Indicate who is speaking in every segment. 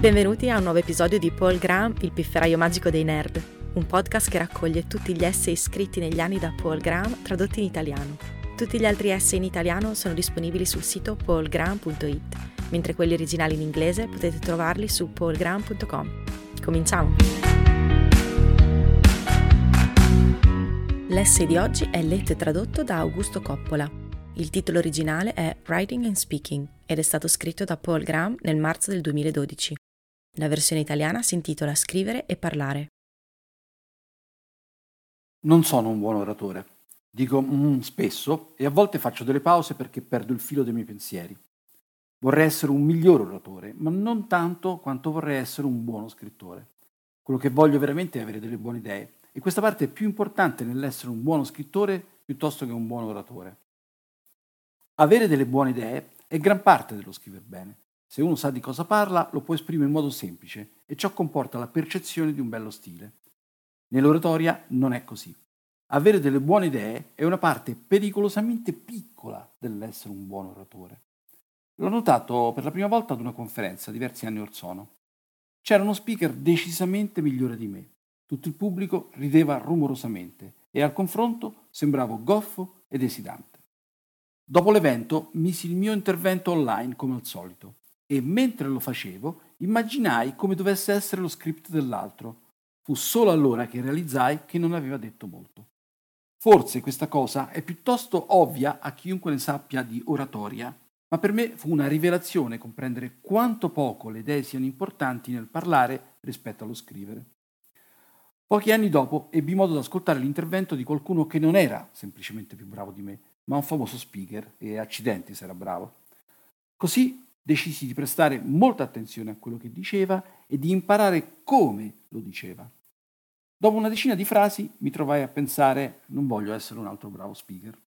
Speaker 1: Benvenuti a un nuovo episodio di Paul Graham, il pifferaio magico dei nerd, un podcast che raccoglie tutti gli essay scritti negli anni da Paul Graham tradotti in italiano. Tutti gli altri essay in italiano sono disponibili sul sito paulgraham.it, mentre quelli originali in inglese potete trovarli su paulgraham.com. Cominciamo! L'essay di oggi è letto e tradotto da Augusto Coppola. Il titolo originale è Writing and Speaking ed è stato scritto da Paul Graham nel marzo del 2012. La versione italiana si intitola Scrivere e parlare.
Speaker 2: Non sono un buon oratore. Dico spesso e a volte faccio delle pause perché perdo il filo dei miei pensieri. Vorrei essere un miglior oratore, ma non tanto quanto vorrei essere un buono scrittore. Quello che voglio veramente è avere delle buone idee e questa parte è più importante nell'essere un buono scrittore piuttosto che un buon oratore. Avere delle buone idee è gran parte dello scrivere bene. Se uno sa di cosa parla, lo può esprimere in modo semplice e ciò comporta la percezione di un bello stile. Nell'oratoria non è così. Avere delle buone idee è una parte pericolosamente piccola dell'essere un buon oratore. L'ho notato per la prima volta ad una conferenza diversi anni or sono. C'era uno speaker decisamente migliore di me. Tutto il pubblico rideva rumorosamente e al confronto sembravo goffo ed esitante. Dopo l'evento misi il mio intervento online come al solito e mentre lo facevo immaginai come dovesse essere lo script dell'altro. Fu solo allora che realizzai che non aveva detto molto. Forse questa cosa è piuttosto ovvia a chiunque ne sappia di oratoria, ma per me fu una rivelazione comprendere quanto poco le idee siano importanti nel parlare rispetto allo scrivere. Pochi anni dopo ebbi modo di ascoltare l'intervento di qualcuno che non era semplicemente più bravo di me, ma un famoso speaker, e accidenti se era bravo. Così decisi di prestare molta attenzione a quello che diceva e di imparare come lo diceva. Dopo una decina di frasi mi trovai a pensare: non voglio essere un altro bravo speaker.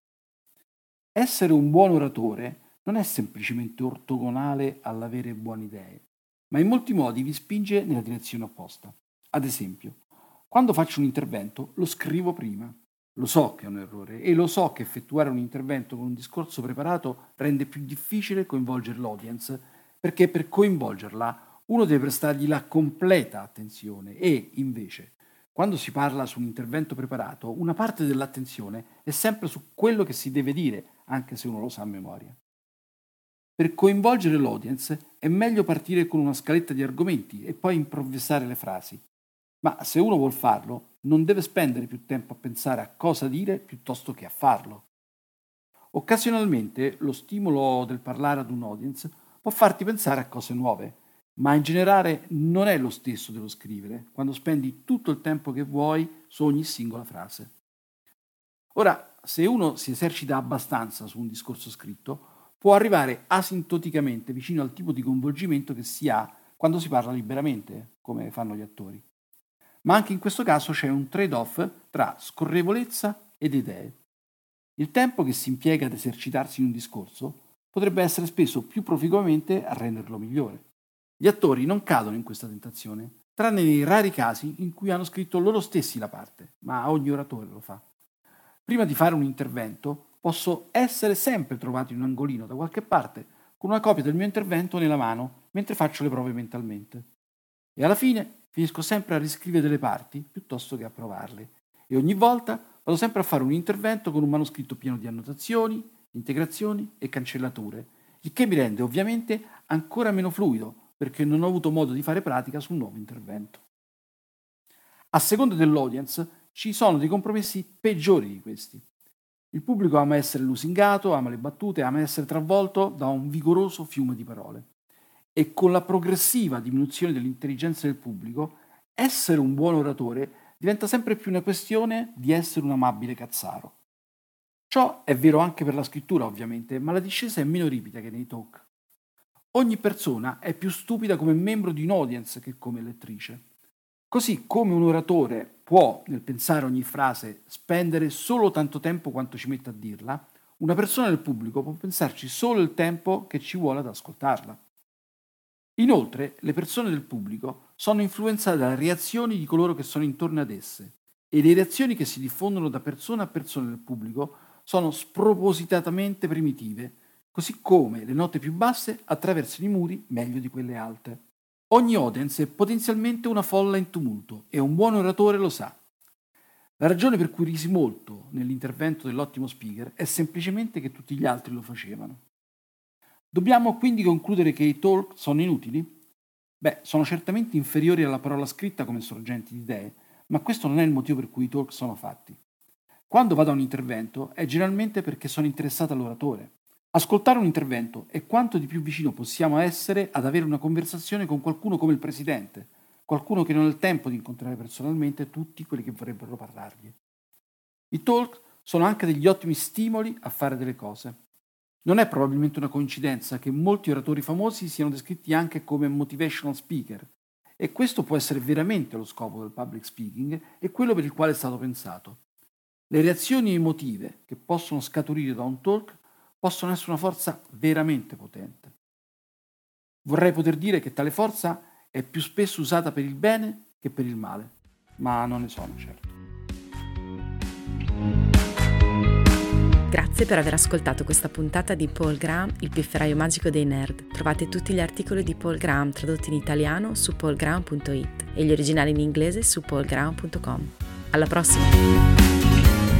Speaker 2: Essere un buon oratore non è semplicemente ortogonale all'avere buone idee, ma in molti modi vi spinge nella direzione opposta. Ad esempio, quando faccio un intervento lo scrivo prima. Lo so che è un errore e lo so che effettuare un intervento con un discorso preparato rende più difficile coinvolgere l'audience, perché per coinvolgerla uno deve prestargli la completa attenzione e, invece, quando si parla su un intervento preparato, una parte dell'attenzione è sempre su quello che si deve dire, anche se uno lo sa a memoria. Per coinvolgere l'audience è meglio partire con una scaletta di argomenti e poi improvvisare le frasi. Ma se uno vuol farlo, non deve spendere più tempo a pensare a cosa dire piuttosto che a farlo. Occasionalmente lo stimolo del parlare ad un audience può farti pensare a cose nuove, ma in generale non è lo stesso dello scrivere, quando spendi tutto il tempo che vuoi su ogni singola frase. Ora, se uno si esercita abbastanza su un discorso scritto, può arrivare asintoticamente vicino al tipo di coinvolgimento che si ha quando si parla liberamente, come fanno gli attori. Ma anche in questo caso c'è un trade-off tra scorrevolezza ed idee. Il tempo che si impiega ad esercitarsi in un discorso potrebbe essere speso più proficuamente a renderlo migliore. Gli attori non cadono in questa tentazione, tranne nei rari casi in cui hanno scritto loro stessi la parte, ma ogni oratore lo fa. Prima di fare un intervento posso essere sempre trovato in un angolino da qualche parte con una copia del mio intervento nella mano mentre faccio le prove mentalmente. E alla fine finisco sempre a riscrivere delle parti piuttosto che a provarle. E ogni volta vado sempre a fare un intervento con un manoscritto pieno di annotazioni, integrazioni e cancellature, il che mi rende ovviamente ancora meno fluido perché non ho avuto modo di fare pratica sul nuovo intervento. A seconda dell'audience ci sono dei compromessi peggiori di questi. Il pubblico ama essere lusingato, ama le battute, ama essere travolto da un vigoroso fiume di parole. E con la progressiva diminuzione dell'intelligenza del pubblico, essere un buon oratore diventa sempre più una questione di essere un amabile cazzaro. Ciò è vero anche per la scrittura, ovviamente, ma la discesa è meno ripida che nei talk. Ogni persona è più stupida come membro di un audience che come lettrice. Così come un oratore può, nel pensare ogni frase, spendere solo tanto tempo quanto ci mette a dirla, una persona del pubblico può pensarci solo il tempo che ci vuole ad ascoltarla. Inoltre, le persone del pubblico sono influenzate dalle reazioni di coloro che sono intorno ad esse e le reazioni che si diffondono da persona a persona del pubblico sono spropositatamente primitive, così come le note più basse attraversano i muri meglio di quelle alte. Ogni audience è potenzialmente una folla in tumulto e un buon oratore lo sa. La ragione per cui risi molto nell'intervento dell'ottimo speaker è semplicemente che tutti gli altri lo facevano. Dobbiamo quindi concludere che i talk sono inutili? Beh, sono certamente inferiori alla parola scritta come sorgenti di idee, ma questo non è il motivo per cui i talk sono fatti. Quando vado a un intervento è generalmente perché sono interessato all'oratore. Ascoltare un intervento è quanto di più vicino possiamo essere ad avere una conversazione con qualcuno come il presidente, qualcuno che non ha il tempo di incontrare personalmente tutti quelli che vorrebbero parlargli. I talk sono anche degli ottimi stimoli a fare delle cose. Non è probabilmente una coincidenza che molti oratori famosi siano descritti anche come motivational speaker, e questo può essere veramente lo scopo del public speaking e quello per il quale è stato pensato. Le reazioni emotive che possono scaturire da un talk possono essere una forza veramente potente. Vorrei poter dire che tale forza è più spesso usata per il bene che per il male, ma non ne sono certo.
Speaker 1: Grazie per aver ascoltato questa puntata di Paul Graham, il pifferaio magico dei nerd. Trovate tutti gli articoli di Paul Graham tradotti in italiano su paulgraham.it e gli originali in inglese su paulgraham.com. Alla prossima!